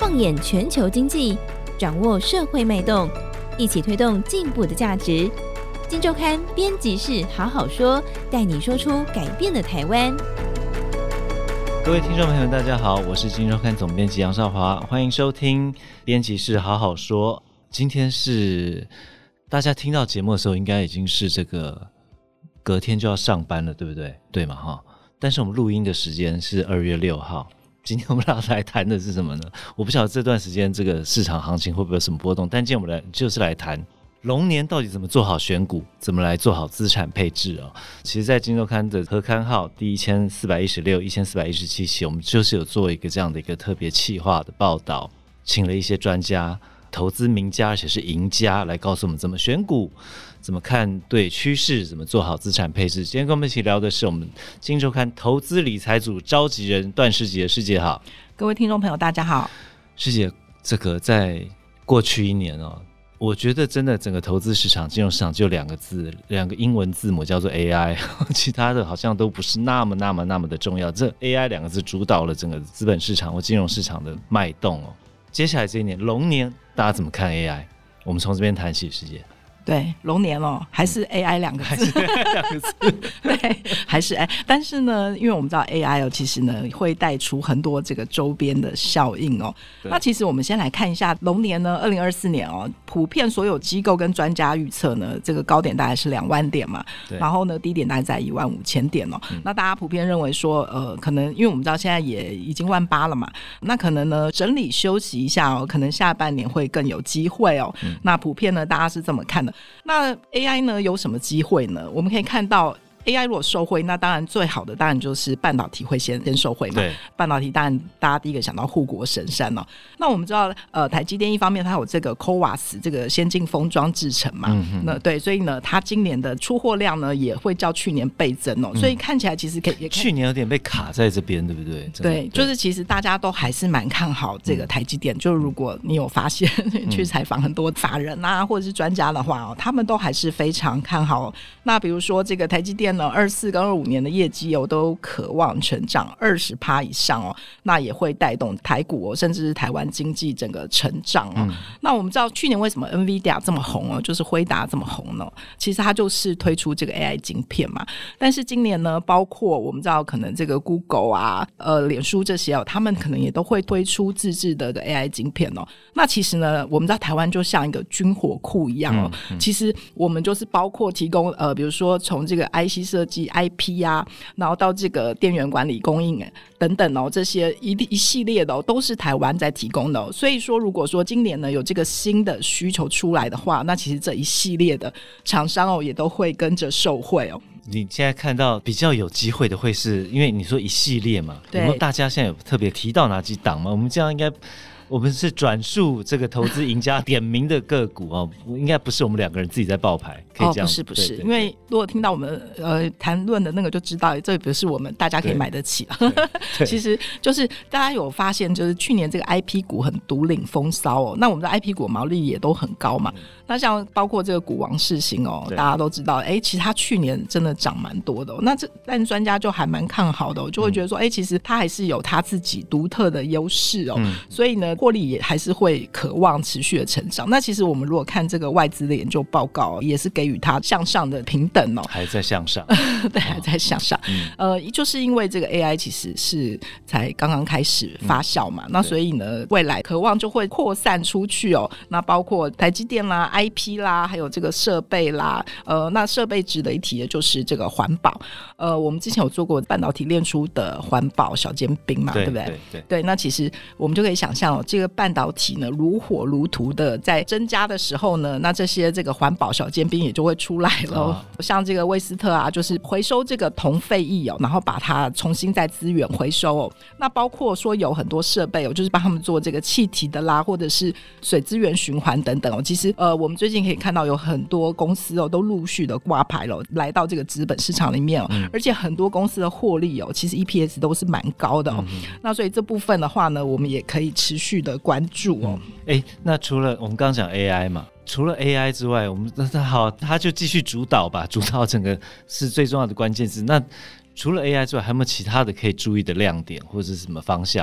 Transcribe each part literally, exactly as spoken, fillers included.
放眼全球经济，掌握社会脉动，一起推动进步的价值。今周刊编辑室好好说，带你说出改变的台湾。 各位听众朋友们大家好，我是今周刊总编辑杨少华，欢迎收听编辑室好好说。今天是大家听到节目的时候应该已经是这个隔天就要上班了，对不对？对嘛哈？但是我们录音的时间是二月六号，今天我们来谈的是什么呢？我不晓得这段时间这个市场行情会不会有什么波动，但今天我们来就是来谈龙年到底怎么做好选股，怎么来做好资产配置哦。其实在今周刊的合刊号第一千四百一十六、一千四百一十七期，我们就是有做一个这样的一个特别企划的报道，请了一些专家、投资名家，而且是赢家，来告诉我们怎么选股，怎么看对趋势，怎么做好资产配置。今天跟我们一起聊的是我们今周刊投资理财组召集人段诗洁。诗洁好。 各位听众朋友大家好。 诗洁，这个在过去一年哦，我觉得真的整个投资市场、金融市场就两个字，两个英文字母叫做 A I， 其他的好像都不是那么那么那么的重要。这 A I 两个字主导了整个资本市场或金融市场的脉动哦。接下来这一年龙年，大家怎么看 A I？ 我们从这边谈起，诗洁。 对，龙年哦，还是 A I 两个字，还是 A I 两个字，对，还是 A I。但是呢，因为我们知道 A I 哦，其实呢会带出很多这个周边的效应哦。那其实我们先来看一下龙年呢，二零二四年哦，普遍所有机构跟专家预测呢，这个高点大概是两万点嘛，然后呢低点大概在一万五千点哦。嗯、那大家普遍认为说，呃，可能因为我们知道现在也已经万八了嘛，那可能呢整理休息一下哦，可能下半年会更有机会哦。嗯、那普遍呢大家是这么看的。那 A I 呢有什么机会呢？我们可以看到 A I 如果受惠，那当然最好的当然就是半导体会先先受惠嘛。对，半导体当然大家第一个想到护国神山哦。那我们知道，呃，台积电一方面它有这个 C O V A S 这个先进封装制程嘛，嗯、那对，所以呢，它今年的出货量呢也会较去年倍增哦。嗯、所以看起来其实可以，也去年有点被卡在这边，对不对？ 对，就是其实大家都还是蛮看好这个台积电。嗯、就是如果你有发现去采访很多法人啊，或者是专家的话哦，他们都还是非常看好哦。那比如说这个台积电呢，二四跟二五年的业绩哦，都渴望成长二十趴以上哦，那也会带动台股哦，甚至是台湾经济整个成长哦。嗯、那我们知道去年为什么 NVIDIA 这么红哦，就是辉达这么红呢？其实它就是推出这个 A I 晶片嘛。但是今年呢，包括我们知道可能这个 Google 啊、呃、脸书这些哦，他们可能也都会推出自制的 A I 晶片哦。那其实呢，我们知道台湾就像一个军火库一样哦。嗯嗯、其实我们就是包括提供呃，比如说从这个 I C 设计 I P 啊，然后到这个电源管理供应等等哦，这些 一, 一系列的、哦、都是台湾在提供的、哦。所以说，如果说今年呢有这个新的需求出来的话，那其实这一系列的厂商哦也都会跟着受惠哦。 你现在看到比较有机会的会是因为你说一系列嘛，有没有大家现在有特别提到哪几档吗？我们这样应该。我们是转述这个投资赢家点名的个股哦，应该不是我们两个人自己在爆牌，可以这样、哦、 不是不是，对对对，因为如果听到我们呃谈论的那个就知道，这不是我们大家可以买得起了。其实就是大家有发现，就是去年这个 I P 股很独领风骚哦，那我们的 I P 股毛利也都很高嘛。嗯、那像包括这个股王世芯哦，大家都知道，哎，其实它去年真的涨蛮多的、哦。那这但专家就还蛮看好的、哦，就会觉得说，哎、嗯，其实它还是有它自己独特的优势哦。嗯、所以呢。获利也还是会渴望持续的成长。那其实我们如果看这个外资的研究报告，也是给予它向上的平等哦， 还在向上， 对，还在向上。哦嗯、呃，就是因为这个 A I 其实是才刚刚开始发酵嘛，嗯、那所以呢，未来渴望就会扩散出去哦。那包括台积电啦、I P 啦，还有这个设备啦，呃，那设备值得一提的就是这个环保。呃，我们之前有做过半导体炼出的环保小尖兵嘛， 对, 对不对？对 对, 对。那其实我们就可以想象哦。这个半导体呢如火如荼的在增加的时候呢，那这些这个环保小尖兵也就会出来了、哦、像这个威斯特啊，就是回收这个铜废液哦，然后把它重新再资源回收哦。那包括说有很多设备哦，就是帮他们做这个气体的啦，或者是水资源循环等等哦。其实呃，我们最近可以看到有很多公司哦，都陆续的挂牌了，来到这个资本市场里面哦，嗯、而且很多公司的获利哦，其实 E P S 都是蛮高的哦。嗯、那所以这部分的话呢，我们也可以持续的关注哦。 哎、嗯，那除了我们刚刚讲 A I 嘛，除了 A I 之外，我们好，他就继续主导吧，主导整个是最重要的关键字。那除了 A I 之外，还有没有其他的可以注意的亮点或者是什么方向？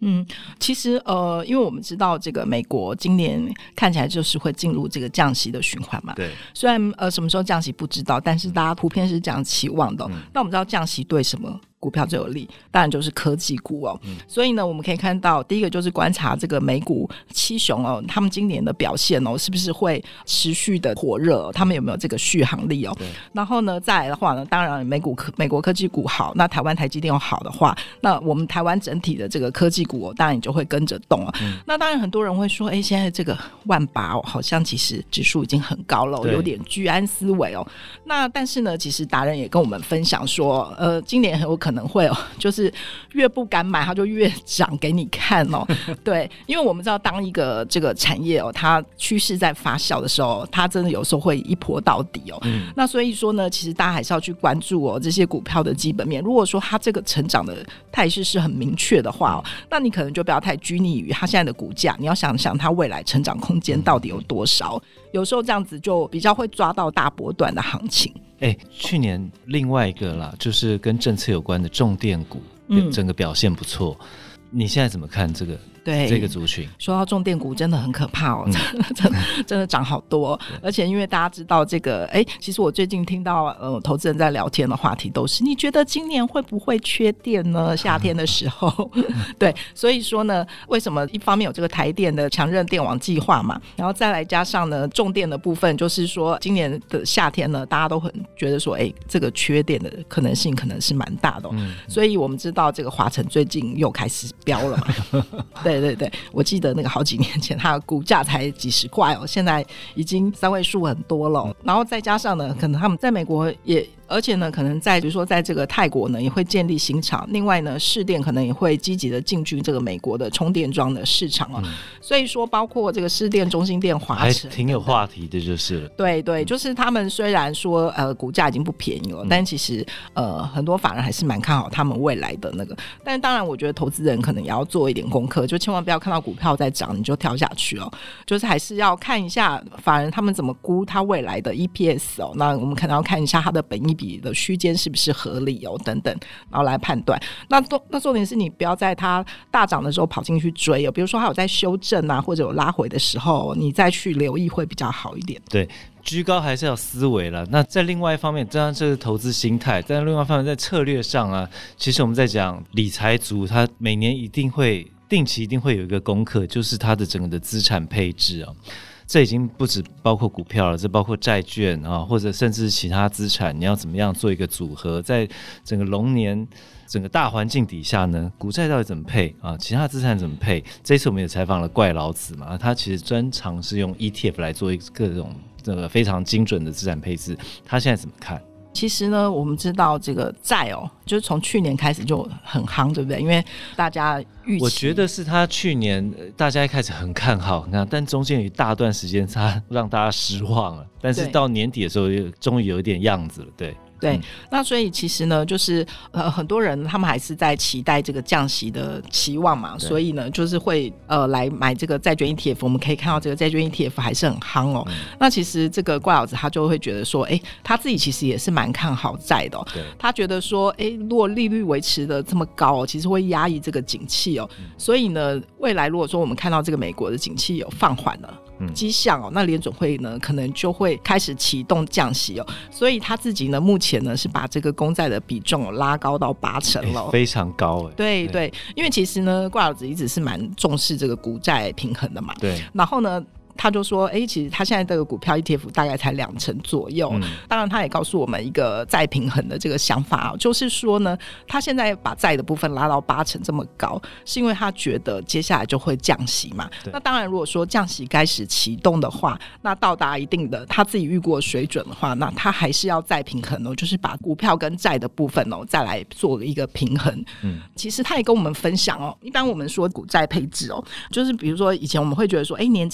嗯，其实呃，因为我们知道这个美国今年看起来就是会进入这个降息的循环嘛。 对， 虽然呃什么时候降息不知道，但是大家普遍是这样期望的、哦嗯。那我们知道降息对什么股票最有利？当然就是科技股哦、嗯。所以呢，我们可以看到，第一个就是观察这个美股七雄哦，他们今年的表现哦，是不是会持续的火热、哦？他们有没有这个续航力哦？然后呢，再来的话呢，当然美股美国科技股好，那台湾台积电好的话，那我们台湾整体的这个科技股哦，当然你就会跟着动啊、嗯。那当然很多人会说，哎，现在这个万八哦，好像其实指数已经很高了、哦，有点居安思危哦。那但是呢，其实达人也跟我们分享说，呃，今年很有可能会哦，就是越不敢买，它就越涨给你看哦。对，因为我们知道，当一个这个产业哦，它趋势在发酵的时候，它真的有时候会一波到底哦。嗯、那所以说呢，其实大家还是要去关注哦这些股票的基本面。如果说它这个成长的态势是很明确的话、哦，那你可能就不要太拘泥于它现在的股价，你要想想它未来成长空间到底有多少。有时候这样子就比较会抓到大波段的行情。 哎，去年另外一个啦，就是跟政策有关的重电股，嗯，整个表现不错。你现在怎么看这个？对这个族群， 说到重电股真的很可怕哦，嗯、真的真的涨好多、哦，而且因为大家知道这个，哎，其实我最近听到呃投资人在聊天的话题都是，你觉得今年会不会缺电呢？夏天的时候，对，所以说呢，为什么一方面有这个台电的强韧电网计划嘛，然后再来加上呢重电的部分，就是说今年的夏天呢，大家都很觉得说，哎，这个缺电的可能性可能是蛮大的、哦嗯，所以我们知道这个华城最近又开始飙了嘛，对。对对对，我记得那个好几年前它的股价才几十块哦，现在已经三位数很多了、哦、然后再加上呢，可能他们在美国也而且呢可能在比如说在这个泰国呢也会建立新厂，另外呢市电可能也会积极的进军这个美国的充电桩的市场哦、嗯、所以说包括这个市电、中兴电、华城还挺有话题的，就是了。 对对，就是他们虽然说呃股价已经不便宜了、嗯、但其实呃很多法人还是蛮看好他们未来的那个，但当然我觉得投资人可能也要做一点功课，就千万不要看到股票在涨你就跳下去哦，就是还是要看一下法人他们怎么估他未来的 E P S 哦，那我们可能要看一下他的本益比的区间是不是合理哦等等，然后来判断。那那重点是你不要在它大涨的时候跑进去追哦，比如说它有在修正啊或者有拉回的时候，你再去留意会比较好一点。 对，居高还是要思维了。那在另外一方面，当然这是投资心态，在另外一方面在策略上啊，其实我们在讲理财族，他每年一定会定期一定会有一个功课，就是他的整个的资产配置啊。这已经不只包括股票了，这包括债券啊，或者甚至其他资产，你要怎么样做一个组合，在整个龙年整个大环境底下呢，股债到底怎么配啊？其他资产怎么配？这次我们也采访了怪老子嘛，他其实专长是用 E T F 来做一个各种这个非常精准的资产配置，他现在怎么看？ 其实呢，我们知道这个债哦，就是从去年开始就很夯，对不对？因为大家预期， 我觉得是他去年大家一开始很看好，很看好，但中间有一大段时间他让大家失望了，但是到年底的时候终于有一点样子了，对。 对，那所以其实呢，就是呃很多人他们还是在期待这个降息的期望嘛，所以呢，就是会呃来买这个债券 E T F。我们可以看到这个债券 E T F 还是很夯哦。嗯、那其实这个怪老子他就会觉得说，哎，他自己其实也是蛮看好债的、哦。他觉得说，哎，如果利率维持的这么高、哦，其实会压抑这个景气哦。嗯、所以呢，未来如果说我们看到这个美国的景气有放缓了。迹象哦，那联准会呢可能就会开始启动降息哦，所以他自己呢目前呢是把这个公债的比重、哦、拉高到八成了、哦欸，非常高哎。 对对，因为其实呢怪老子一直是蛮重视这个股债平衡的嘛， 对， 然后呢。他就说哎，其实他现在这个股票 E T F 大概才两成左右、嗯、当然他也告诉我们一个再平衡的这个想法、哦、就是说呢他现在把债的部分拉到八成这么高是因为他觉得接下来就会降息嘛，那当然如果说降息开始启动的话，那到达一定的他自己预估的水准的话，那他还是要再平衡哦，就是把股票跟债的部分哦再来做一个平衡、嗯、其实他也跟我们分享哦，一般我们说股债配置哦，就是比如说以前我们会觉得说哎，年轻的时候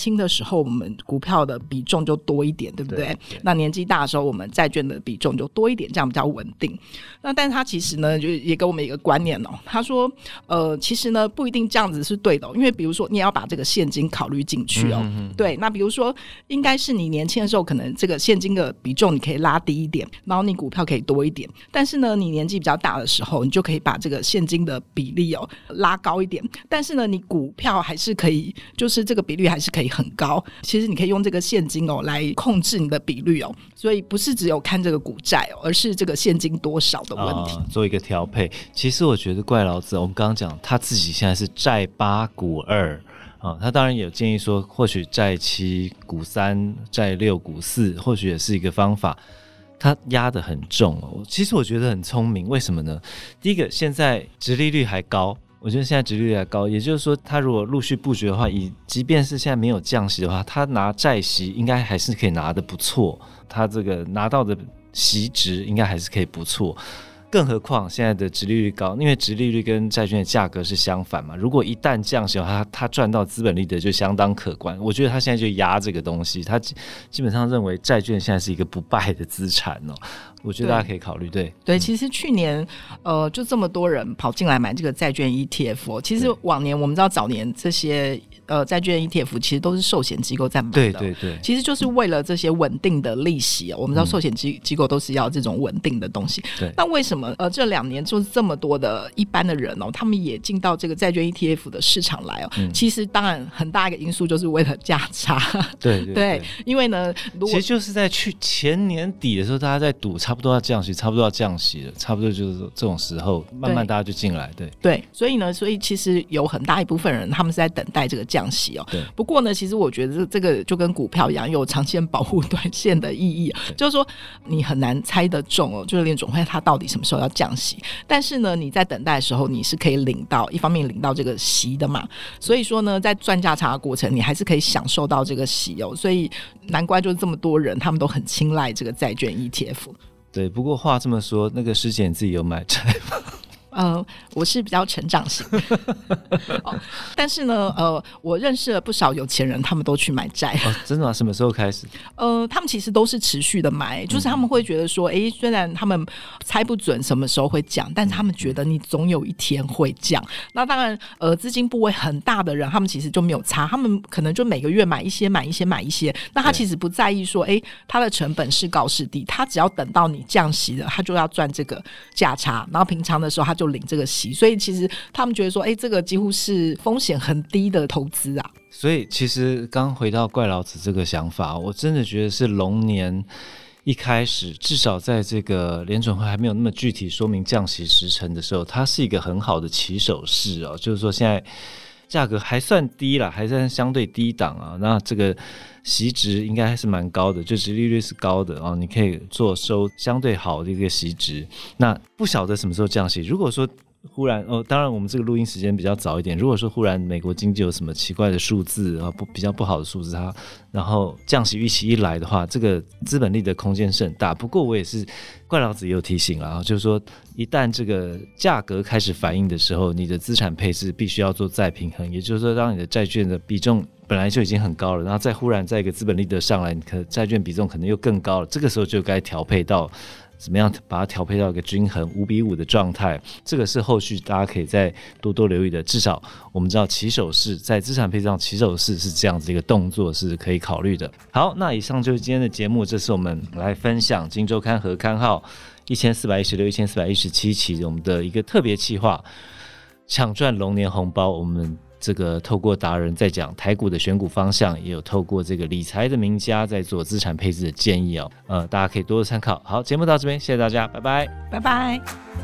候，我们股票的比重就多一点，对不 对, 对, 对那年纪大的时候，我们债券的比重就多一点，这样比较稳定。那但是他其实呢，就也给我们一个观念哦，他说，呃，其实呢不一定这样子是对的、哦，因为比如说你也要把这个现金考虑进去哦。嗯、对，那比如说应该是你年轻的时候，可能这个现金的比重你可以拉低一点，然后你股票可以多一点。但是呢，你年纪比较大的时候，你就可以把这个现金的比例哦拉高一点。但是呢，你股票还是可以，就是这个比率还是可以很高。其实你可以用这个现金哦来控制你的比率哦，所以不是只有看这个股债哦，而是这个现金多少的问题， 哦、做一个调配。其实我觉得怪老子，我们刚刚讲他自己现在是债八股二。哦、他当然有建议说或许债七股三债六股四或许也是一个方法，他压得很重、哦、其实我觉得很聪明。为什么呢？第一个，现在殖利率还高，我觉得现在殖利率还高，也就是说他如果陆续布局的话，以即便是现在没有降息的话，他拿债息应该还是可以拿得不错，他这个拿到的息值应该还是可以不错。更何况现在的殖利率高，因为殖利率跟债券的价格是相反嘛，如果一旦降息的话，他赚到资本利得就相当可观。我觉得他现在就压这个东西，他基本上认为债券现在是一个不败的资产哦。我觉得大家可以考虑。对对, 对，其实去年呃就这么多人跑进来买这个债券 E T F、哦、其实往年我们知道早年这些呃债券 E T F 其实都是寿险机构在买的， 对对对， 其实就是为了这些稳定的利息、哦、我们知道寿险机机构都是要这种稳定的东西。对，那为什么呃这两年就是这么多的一般的人哦，他们也进到这个债券 E T F 的市场来哦？嗯、其实当然很大一个因素就是为了价差。 对对 对, 对，因为呢，如果其实就是在去前年底的时候，大家在赌差不多要降息，差不多要降息了，差不多就是这种时候，慢慢大家就进来。对对，所以呢，所以其实有很大一部分人他们是在等待这个降息哦。对。不过呢，其实我觉得这个就跟股票一样，有长线保护短线的意义、哦，就是说你很难猜得中哦，就是联准会它到底什么时候要降息。但是呢，你在等待的时候，你是可以领到一方面领到这个息的嘛，所以说呢，在赚价差的过程，你还是可以享受到这个息哦。所以难怪就是这么多人，他们都很青睐这个债券 E T F。 对，不过话这么说，那个师姐你自己有买债吗？ 呃，我是比较成长型、哦，但是呢，呃，我认识了不少有钱人，他们都去买债。 哦，真的吗？什么时候开始？ 呃，他们其实都是持续的买，就是他们会觉得说，哎、嗯，虽然他们猜不准什么时候会降，但是他们觉得你总有一天会降。那当然，呃，资金部位很大的人，他们其实就没有差，他们可能就每个月买一些，买一些，买一些。那他其实不在意说，哎，他的成本是高是低，他只要等到你降息了，他就要赚这个价差。然后平常的时候，他就领这个息，所以其实他们觉得说，哎，这个几乎是风险很低的投资啊。 所以其实刚回到怪老子这个想法，我真的觉得是龙年一开始，至少在这个联准会还没有那么具体说明降息时程的时候，它是一个很好的起手式哦。就是说现在价格还算低啦，还算相对低档啊，那这个息值应该还是蛮高的，就殖利率是高的哦，你可以做收相对好的一个息值。那不晓得什么时候降息，如果说忽然哦，当然我们这个录音时间比较早一点，如果说忽然美国经济有什么奇怪的数字啊，不比较不好的数字，它然后降息预期一来的话，这个资本利的空间是很大。不过我也是怪老子也有提醒啦，就是说一旦这个价格开始反应的时候，你的资产配置必须要做再平衡，也就是说当你的债券的比重本来就已经很高了，然后再忽然再一个资本利得上来，你可债券比重可能又更高了，这个时候就该调配到怎么样把它调配到一个均衡五比五的状态，这个是后续大家可以再多多留意的。至少我们知道起手式在资产配置上起手式是这样子一个动作是可以考虑的。好，那以上就是今天的节目，这是我们来分享今周刊合刊号一千四百一十六、一千四百一十七期我们的一个特别企划，抢赚龙年红包。我们这个透过达人在讲台股的选股方向，也有透过这个理财的名家在做资产配置的建议哦，呃，大家可以多多参考。好，节目到这边，谢谢大家，拜拜， 拜拜。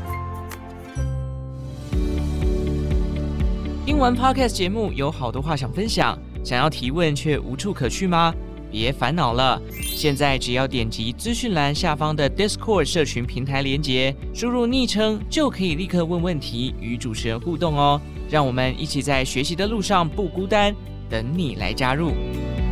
听完 Podcast 节目，有好多话想分享，想要提问却无处可去吗？别烦恼了，现在只要点击资讯栏下方的 Discord 社群平台连结，输入昵称就可以立刻问问题，与主持人互动哦。让我们一起在学习的路上不孤单，等你来加入。